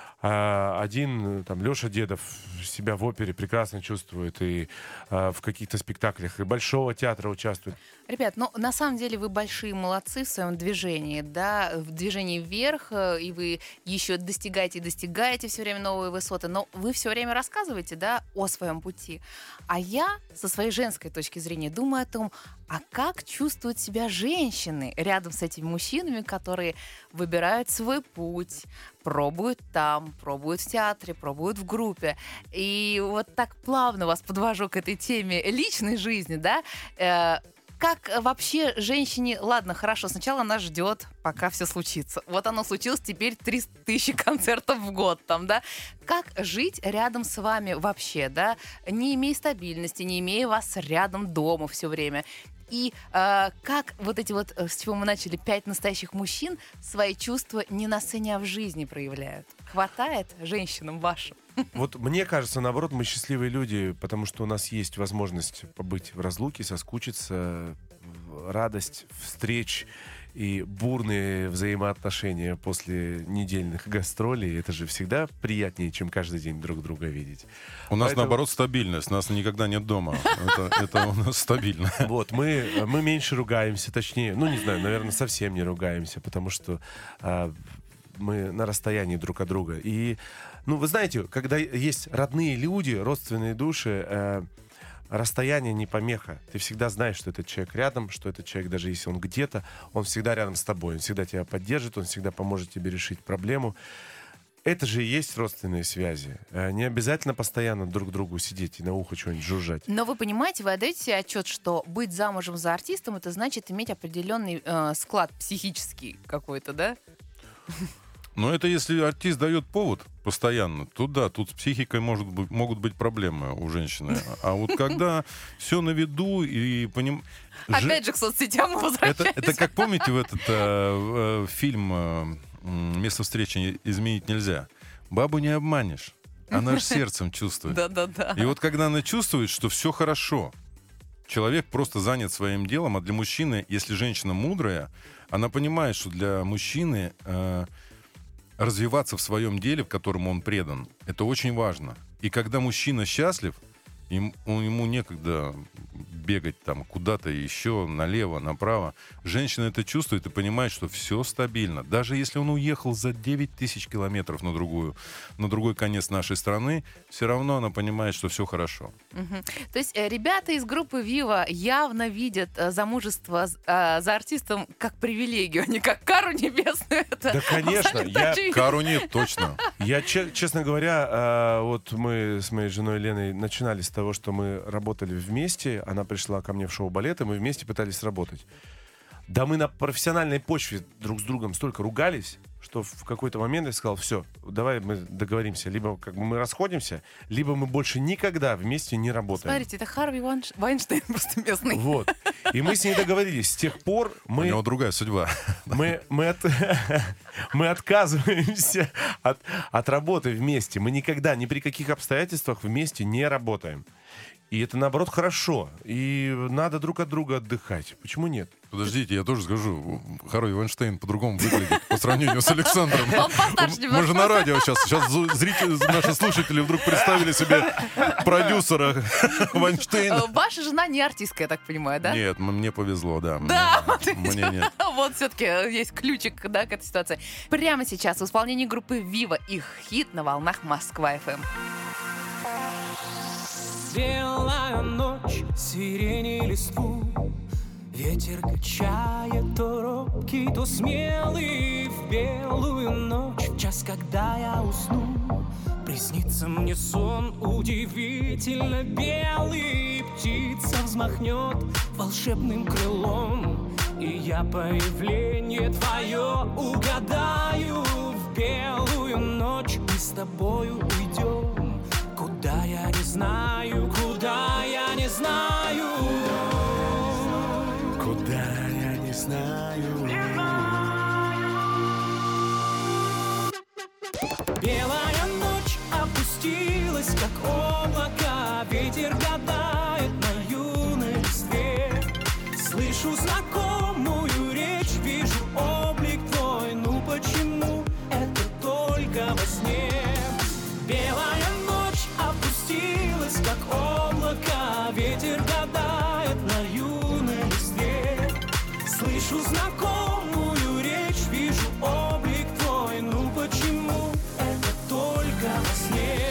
а, один, там, Леша Дедов себя в опере прекрасно чувствует и а, в каких-то спектаклях и Большого театра участвует. Ребят, ну, на самом деле вы большие молодцы в своем движении, да, в движении вверх, э, и вы еще достигаете и достигаете все время новые высоты, но вы все время рассказываете, да, о своем пути. А я, со своей женской точки зрения, думаю о том, а как чувствуют себя женщины рядом с этими мужчинами, которые выбирают свой путь, пробуют там, пробуют в театре, пробуют в группе. И вот так плавно вас подвожу к этой теме личной жизни, да, э, как вообще женщине, ладно, хорошо, сначала она ждет, пока все случится. Вот оно случилось, теперь триста тысяч концертов в год там, да. Как жить рядом с вами вообще, да, не имея стабильности, не имея вас рядом дома все время. И э, как вот эти вот, с чего мы начали, пять настоящих мужчин свои чувства не на сцене, а в жизни проявляют. Хватает женщинам вашим? Вот мне кажется, наоборот, мы счастливые люди, потому что у нас есть возможность побыть в разлуке, соскучиться, радость встреч и бурные взаимоотношения после недельных гастролей. Это же всегда приятнее, чем каждый день друг друга видеть. У нас, Поэтому- наоборот, стабильность. Нас никогда нет дома. Это, это у нас стабильно. Вот, мы, мы меньше ругаемся, точнее, ну, не знаю, наверное, совсем не ругаемся, потому что а, мы на расстоянии друг от друга. И, ну, вы знаете, когда есть родные люди, родственные души, а, расстояние не помеха. Ты всегда знаешь, что этот человек рядом, что этот человек, даже если он где-то, он всегда рядом с тобой, он всегда тебя поддержит, он всегда поможет тебе решить проблему. Это же и есть родственные связи. А, Не обязательно постоянно друг другу сидеть и на ухо что-нибудь жужжать. Но вы понимаете, вы отдаете себе отчет, что быть замужем за артистом, это значит иметь определенный э, склад психический какой-то, да? Но это если артист дает повод постоянно, то да, тут с психикой может быть, могут быть проблемы у женщины. А вот когда все на виду и поним... Же- Опять же к соцсетям мы Это, возвращаемся. это как помните в этот э, э, фильм э, м, «Место встречи изменить нельзя». Бабу не обманешь. Она же сердцем чувствует. Да-да-да. И вот когда она чувствует, что все хорошо, человек просто занят своим делом, а для мужчины, если женщина мудрая, она понимает, что для мужчины э, развиваться в своем деле, в котором он предан, это очень важно. И когда мужчина счастлив, им, он, ему некогда бегать там куда-то еще, налево, направо. Женщина это чувствует и понимает, что все стабильно. Даже если он уехал за девять тысяч километров на, другую, на другой конец нашей страны, все равно она понимает, что все хорошо. Угу. То есть э, ребята из группы Viva явно видят э, замужество э, за артистом как привилегию, а не как кару небесную. Это Да, конечно. Я, очевидно. Кару нет, точно. я че- честно говоря, э, вот мы с моей женой Леной начинали с того, что мы работали вместе. Она пришла ко мне в шоу балет, и мы вместе пытались работать. Да мы на профессиональной почве друг с другом столько ругались, что в какой-то момент я сказал: все, давай мы договоримся. Либо как бы мы расходимся, либо мы больше никогда вместе не работаем. Смотрите, это Харви Вайнш- Вайнштейн просто местный. Вот. И мы с ней договорились. С тех пор У мы... него другая судьба. Мы, мы, от- мы отказываемся от, от работы вместе. Мы никогда, ни при каких обстоятельствах вместе не работаем. И это, наоборот, хорошо. И надо друг от друга отдыхать. Почему нет? Подождите, я тоже скажу. Харви Вайнштейн по-другому выглядит по сравнению с Александром. Он постарше немножко. Мы же на радио сейчас. Сейчас зрители, наши слушатели вдруг представили себе продюсера Вайнштейна. Э, Ваша жена не артистка, я так понимаю, да? Нет, м- мне повезло, да. Да, Мне- вот видите. Мне нет. Вот все-таки есть ключик, да, к этой ситуации. Прямо сейчас в исполнении группы Viva их хит на волнах Москва-эф эм. Белая ночь, сирени листву, ветер качает то робкий, то смелый. В белую ночь, в час, когда я усну, приснится мне сон удивительно белый. Птица взмахнет волшебным крылом, и я появление твое угадаю. В белую ночь мы с тобою уйдем куда я не знаю, куда я не знаю. Куда я не знаю. Белая ночь опустилась, как облако, ветер гадает на юной листве. Слышу знакомую речь, вижу облик твой, ну почему это только во сне? Белая ночь опустилась, как облако, ветер гадает на юной листве. Слышу знакомую речь, вижу облик твой, ну почему это только во сне?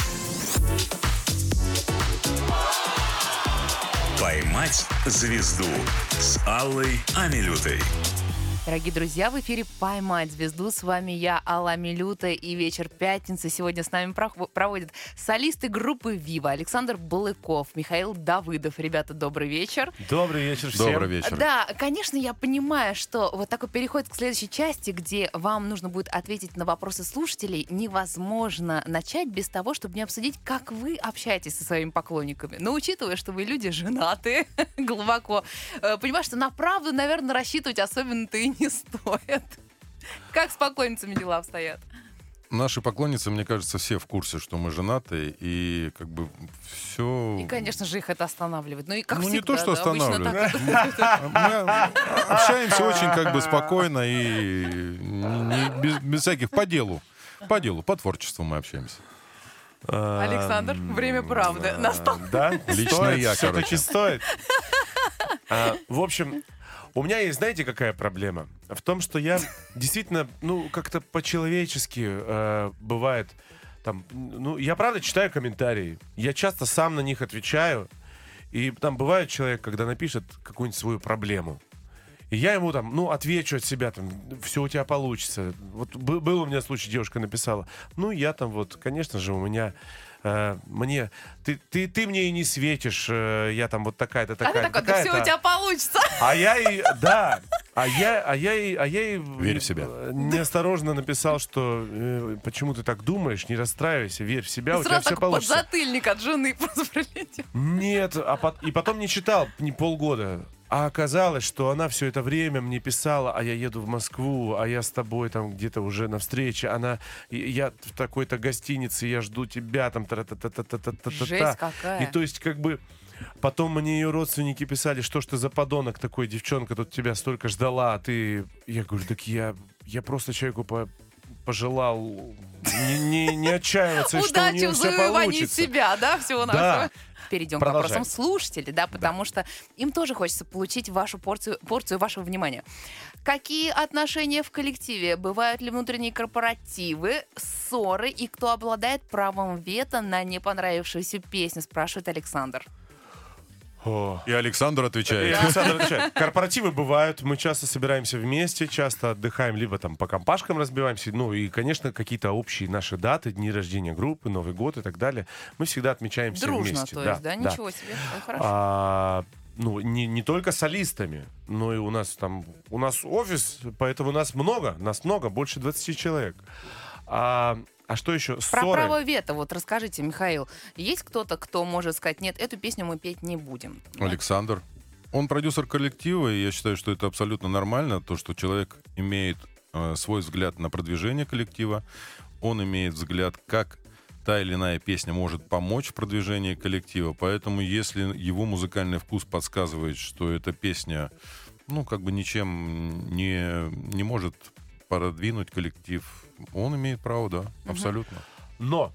«Поймать звезду» с Аллой Амилютой. Дорогие друзья, в эфире «Поймать звезду». С вами я, Алла Амилюта, и вечер пятницы. Сегодня с нами прох- проводят солисты группы Viva Александр Балыков, Михаил Давыдов. Ребята, добрый вечер. Добрый вечер всем. Добрый вечер. Да, конечно, я понимаю, что вот такой переход к следующей части, где вам нужно будет ответить на вопросы слушателей, невозможно начать без того, чтобы не обсудить, как вы общаетесь со своими поклонниками. Но учитывая, что вы люди женатые глубоко, э, понимаю, что на правду, наверное, рассчитывать особенно-то и не стоит. Как с поклонницами дела обстоят? Наши поклонницы, мне кажется, все в курсе, что мы женаты, и как бы все... И, конечно же, их это останавливает. Ну, и как Ну, не всегда, то, что да, обычно останавливает. так вот. Мы общаемся очень как бы спокойно и не- без, без всяких по делу. По делу, по творчеству мы общаемся. Александр, время правды настало. Да? Лично Стоит, я, все-таки короче. стоит. А, в общем, у меня есть, знаете, какая проблема? В том, что я действительно, ну, как-то по-человечески э, бывает, там, ну, я правда читаю комментарии, я часто сам на них отвечаю, и там бывает человек, когда напишет какую-нибудь свою проблему, и я ему там, ну, отвечу от себя, там, все у тебя получится. Вот бы- был у меня случай, девушка написала, ну, я там вот, конечно же, у меня, э, мне, ты, ты, ты мне и не светишь, э, я там вот такая-то, А ты такая-то, такой, да все такая-то». у тебя получится. А я и, да, а я, а я и, а я и Верь в себя. э, неосторожно написал, что э, почему ты так думаешь, не расстраивайся, верь в себя, у тебя Сразу все так получится. подзатыльник от жены просто прилетел. Нет, а пот- и потом не читал не полгода. А оказалось, что она все это время мне писала, а я еду в Москву, а я с тобой там где-то уже на встрече, она, и я в такой-то гостинице, я жду тебя, там, та-та-та-та-та-та-та-та. Жесть какая. И то есть как бы потом мне ее родственники писали, что ж ты за подонок такой, девчонка тут тебя столько ждала, а ты... Я говорю, так я, я просто человеку по... пожелал не, не, не отчаиваться, что у нее Удачи в все завоевании получится. себя, да, всего нашего. Да. Перейдем Продолжай. к вопросам слушателей, да, потому что им тоже хочется получить вашу порцию, порцию вашего внимания. Какие отношения в коллективе? Бывают ли внутренние корпоративы, ссоры, и кто обладает правом вето на не понравившуюся песню, спрашивает Александр. О. И Александр И отвечает. Александр отвечает. Корпоративы бывают, мы часто собираемся вместе, часто отдыхаем, либо там по компашкам разбиваемся. Ну и, конечно, какие-то общие наши даты, дни рождения группы, Новый год и так далее. Мы всегда отмечаем все Дружно, вместе. то есть, да? Ничего себе, это хорошо. А, ну, не, не только солистами, но и у нас там, у нас офис, поэтому нас много, нас много, больше двадцати человек. А, а что еще? Про Ссоры. право вето, вот расскажите, Михаил, есть кто-то, кто может сказать, нет, эту песню мы петь не будем? Александр. Он продюсер коллектива, и я считаю, что это абсолютно нормально, то, что человек имеет э, свой взгляд на продвижение коллектива, он имеет взгляд, как та или иная песня может помочь в продвижении коллектива, поэтому если его музыкальный вкус подсказывает, что эта песня, ну, как бы ничем не, не может продвинуть коллектив, он имеет право, да, абсолютно. Но,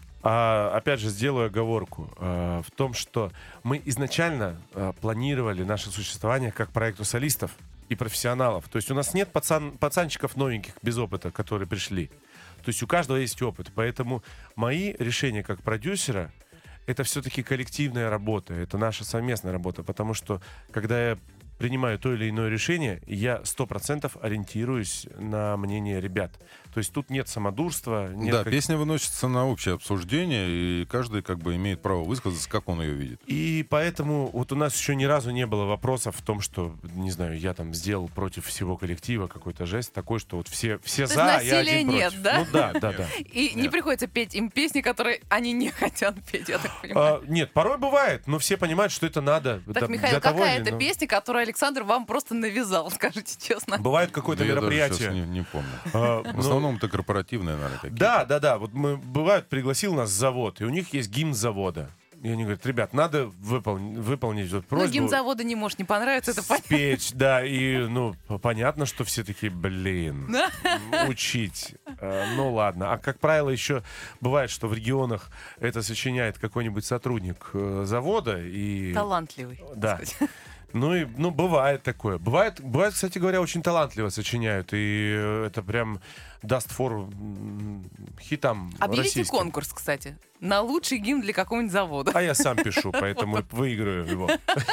а, опять же, сделаю оговорку а, в том, что мы изначально а, планировали наше существование как проект у солистов и профессионалов. То есть у нас нет пацан, пацанчиков новеньких без опыта, которые пришли. То есть у каждого есть опыт. Поэтому мои решения как продюсера — это все-таки коллективная работа, это наша совместная работа. Потому что, когда я принимаю то или иное решение, я сто процентов ориентируюсь на мнение ребят. То есть тут нет самодурства. Нет Да, как- песня выносится на общее обсуждение, и каждый как бы имеет право высказаться, как он ее видит. И поэтому вот у нас еще ни разу не было вопросов в том, что, не знаю, я там сделал против всего коллектива какой-то жест такой, что вот все, все То за, есть я насилия один нет, против. да? Ну да, да, да. И не приходится петь им песни, которые они не хотят петь, я так понимаю. А, нет, порой бывает, но все понимают, что это надо. Так, да, Михаил, для того какая или- это ну, песня, которую Александр вам просто навязал, скажите честно? Бывает какое-то Да я даже сейчас мероприятие. не, не помню. а, В ну, основном это корпоративные, наверное, какие-то. Да, да, да. Вот мы бывает, пригласил нас завод, и у них есть гимн завода. И они говорят, ребят, надо выпол- выполнить вот Ну, просьбу. гимнзавода не может не понравиться, это понятно. Спеть, да, и, ну, понятно, что все такие, блин, учить. Э, Ну, ладно. А, как правило, еще бывает, что в регионах это сочиняет какой-нибудь сотрудник э, завода и... Талантливый. Да. так сказать. Ну, и, ну, бывает такое. Бывает, бывает, кстати говоря, очень талантливо сочиняют, и э, это прям даст фору м, хитам Объявите российским. конкурс, кстати, на лучший гимн для какого-нибудь завода. А я сам пишу, поэтому выиграю его.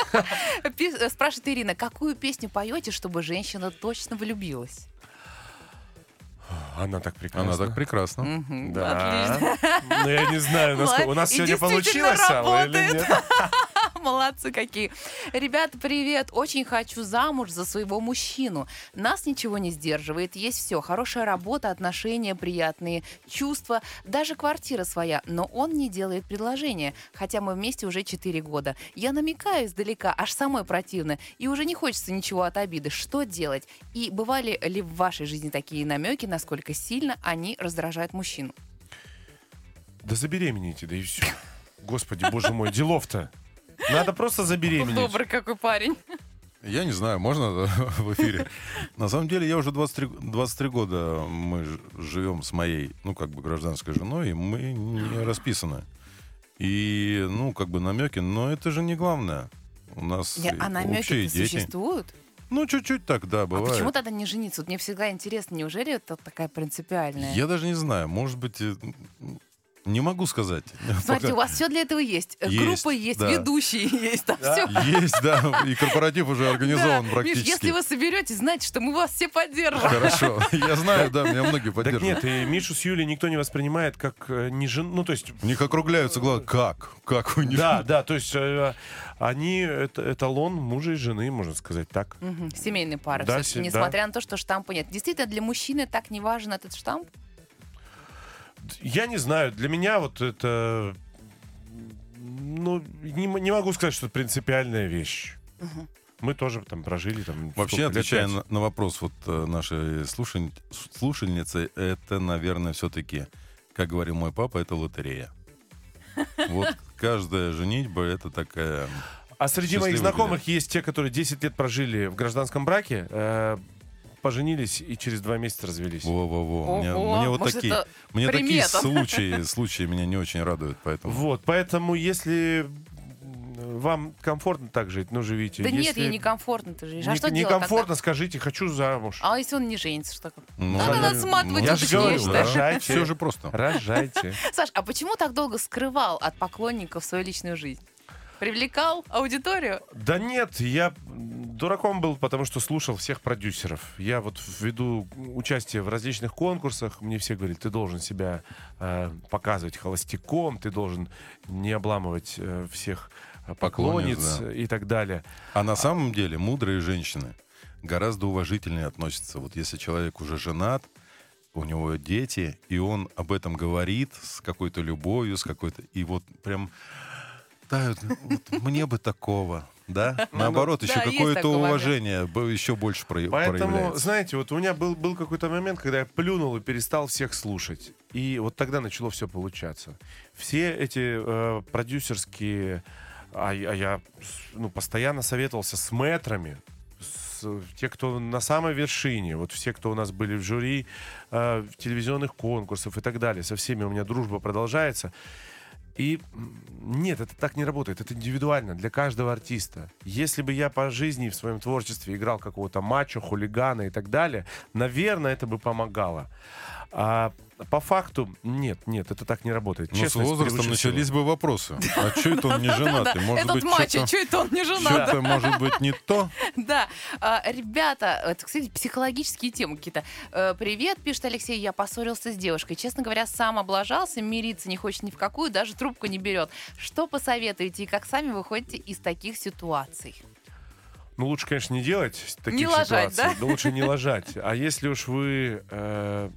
Пи- э, Спрашивает Ирина, какую песню поете, чтобы женщина точно влюбилась? Она так прекрасна. Она так прекрасна. Мгм, Да. Отлично. Ну, я не знаю, насколько... У нас И сегодня действительно получилось, Алла, или работает. нет? Молодцы какие. Ребята, привет. Очень хочу замуж за своего мужчину. Нас ничего не сдерживает. Есть все. Хорошая работа, отношения, приятные чувства. Даже квартира своя. Но он не делает предложения. Хотя мы вместе уже четыре года. Я намекаю издалека, аж самой противно. И уже не хочется ничего от обиды. Что делать? И бывали ли в вашей жизни такие намеки, насколько сильно они раздражают мужчину? Да забеременейте, да и все. Господи, боже мой, делов-то. Надо просто забеременеть. Добрый какой парень. Я не знаю, можно в эфире? На самом деле, я уже двадцать три, двадцать три года мы ж- живем с моей, ну, как бы, гражданской женой, и мы не расписаны. И, ну, как бы, намеки, но это же не главное. У нас Не, и а намеки общие дети. существуют? Ну, чуть-чуть так, да, А бывает. почему тогда не жениться? Вот мне всегда интересно, неужели это такая принципиальная? Я даже не знаю, может быть, э, не могу сказать. Смотрите, Пока- у вас все для этого есть. Есть, Группа есть, да. ведущие есть, там все. Есть, да, и корпоратив уже организован Миш, практически. если вы соберетесь, знайте, что мы вас все поддержим. Хорошо, я знаю, да, меня многие Так поддерживают. нет, и Мишу с Юлей никто не воспринимает как э, не жен... Ну, то есть... У них округляются глаза. Как? Как вы не Да, да, то есть э, они это, эталон мужа и жены, можно сказать так. Мгм, семейные пары, Да, все-таки, се- несмотря на то, что штампа нет. Действительно, для мужчины так не важен этот штамп? Я не знаю, для меня вот это... Ну, не, м- не могу сказать, что это принципиальная вещь. Мы тоже там прожили там. Вообще, сколько, лет отвечая пять. на, на вопрос вот э, нашей слушань- слушательницы, это, наверное, все-таки, как говорил мой папа, это лотерея. Вот каждая женитьба — это такая... А среди моих знакомых есть те, которые десять лет прожили в гражданском браке, э, поженились и через два месяца развелись. Во-во-во. Мне, Ого, мне вот может, такие, это мне такие примета? случаи, случаи меня не очень радуют, поэтому... Вот, поэтому если вам комфортно так жить, ну живите. Да нет, Если ей некомфортно ты живешь. А не- что делать некомфортно, тогда? скажите, хочу замуж. А если он не женится, что? Ну, Надо да, нас сматывать я и же точнее, говорю, что ли? да. Рожайте. Все же просто. Рожайте. Саш, а почему так долго скрывал от поклонников свою личную жизнь? Привлекал аудиторию? Да нет, я дураком был, потому что слушал всех продюсеров. Я вот ввиду участия в различных конкурсах, мне все говорят, ты должен себя э, показывать холостяком, ты должен не обламывать э, всех поклонниц, Поклонниц, да. и так далее. А на самом деле мудрые женщины гораздо уважительнее относятся. Вот если человек уже женат, у него дети, и он об этом говорит с какой-то любовью, с какой-то... И вот прям... Да, вот мне бы такого, да? Наоборот, да, еще есть какое-то такой момент. уважение бы еще больше про- Поэтому, проявляется. знаете, вот у меня был, был какой-то момент, когда я плюнул и перестал всех слушать. И вот тогда начало все получаться. Все эти э, продюсерские... А, я- а я ну, постоянно советовался с мэтрами, с, те, кто на самой вершине, вот все, кто у нас были в жюри э, в телевизионных конкурсов и так далее. Со всеми у меня дружба продолжается. И м, нет, это так не работает. Это индивидуально для каждого артиста. Если бы я по жизни в своем творчестве играл какого-то мачо, хулигана и так далее, наверное, это бы помогало. А по факту нет, нет, это так не работает. Но с Честность возрастом превыше всего. начались бы вопросы. А что это он не женатый? Может Этот быть, мачо, что-то- что это он не женат? что-то, может быть, не то? Да, А, ребята, это, кстати, психологические темы какие-то. Э, Привет, пишет Алексей, я поссорился с девушкой. Честно говоря, сам облажался, мириться не хочет ни в какую, даже трубку не берет. Что посоветуете и как сами выходите из таких ситуаций? Ну, лучше, конечно, не делать таких Не ложать, ситуаций. да? Лучше не ложать. А если уж вы э,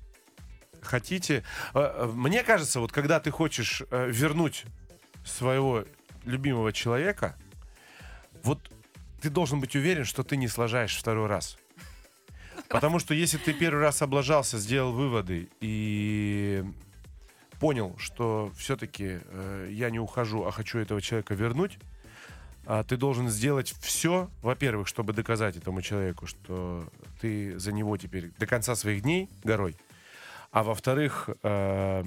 хотите... э, Мне кажется, вот когда ты хочешь э, вернуть своего любимого человека, вот ты должен быть уверен, что ты не сложаешь второй раз. Потому что если ты первый раз облажался, сделал выводы и понял, что все-таки э, я не ухожу, а хочу этого человека вернуть, а ты должен сделать все, во-первых, чтобы доказать этому человеку, что ты за него теперь до конца своих дней горой, а во-вторых, э,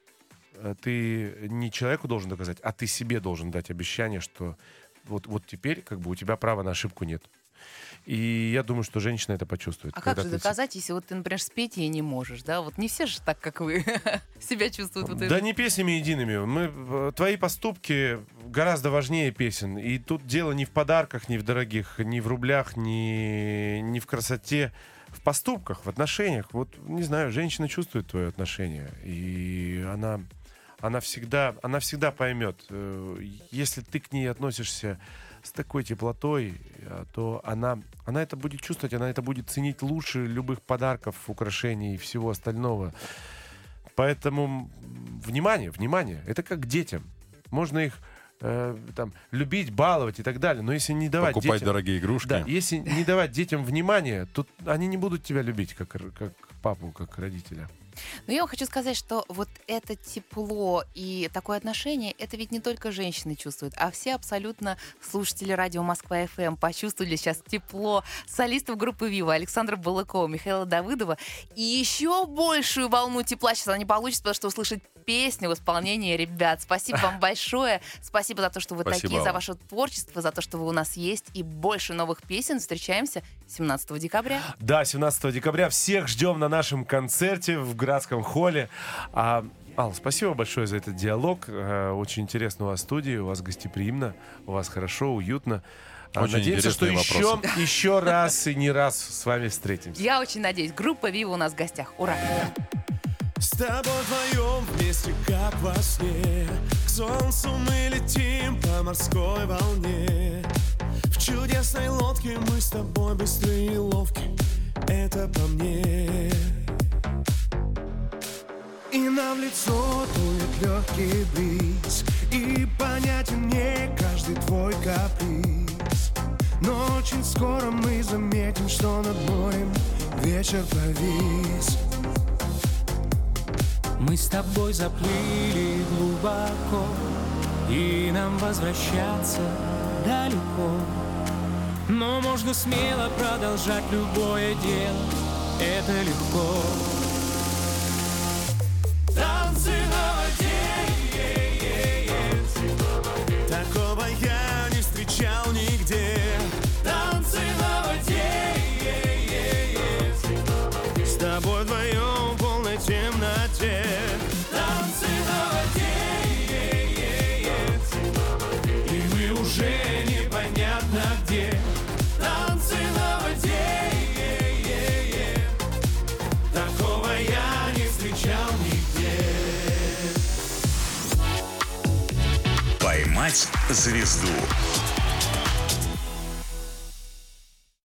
ты не человеку должен доказать, а ты себе должен дать обещание, что вот, вот теперь как бы у тебя права на ошибку нет. И я думаю, что женщина это почувствует. А как когда же ты- доказать, если вот ты, например, спеть ей не можешь, да? Вот не все же так, как вы, себя чувствуют. Вот Да это. не песнями едиными. Мы, э, твои поступки гораздо важнее песен. И тут дело не в подарках, не в дорогих, не в рублях, не, не в красоте. В поступках, в отношениях. Вот, не знаю, женщина чувствует твое отношение. И она, она, всегда, она всегда поймет. Э, Если ты к ней относишься с такой теплотой, э, то она, она это будет чувствовать, она это будет ценить лучше любых подарков, украшений и всего остального. Поэтому м, внимание, внимание. Это как к детям. Можно их э, там, любить, баловать и так далее. Но если не давать Покупать детям... дорогие игрушки. Да, если не давать детям внимания, то они не будут тебя любить как, р- как папу, как родителя. Но я вам хочу сказать, что вот это тепло и такое отношение, это ведь не только женщины чувствуют, а все абсолютно слушатели радио Москва-эф эм почувствовали сейчас тепло солистов группы «Вива» Александра Балыкова, Михаила Давыдова. И еще большую волну тепла сейчас они получат, потому что услышат песню в исполнении ребят. Спасибо вам большое. Спасибо за то, что вы Спасибо такие, за вам. ваше творчество, за то, что вы у нас есть. И больше новых песен. Встречаемся семнадцатого декабря. Да, семнадцатого декабря всех ждем на нашем концерте в Градском холле. А, Ал, спасибо большое за этот диалог. Э, Очень интересно у вас студия, у вас гостеприимно, у вас хорошо, уютно. А, Очень Надеемся, что интересные еще, вопросы. еще раз и не раз с вами встретимся. Я очень надеюсь. Группа «Вива» у нас в гостях. Ура! С тобой вдвоем вместе, как во сне, к солнцу мы летим по морской волне. В чудесной лодке мы с тобой быстрые и ловкие, это по мне. И нам в лицо дует легкий бриз, и понятен мне каждый твой каприз. Но Скоро мы заметим, что над морем вечер повис. Мы с тобой заплыли глубоко, и нам возвращаться далеко. Но можно смело продолжать любое дело, это легко. Танцы на воде, такого я не встречал нигде. танцы на воде, С тобой вдвоем в полной темноте. танцы на воде, И мы уже непонятно где. танцы на воде. Такого я не встречал нигде. «Поймать звезду»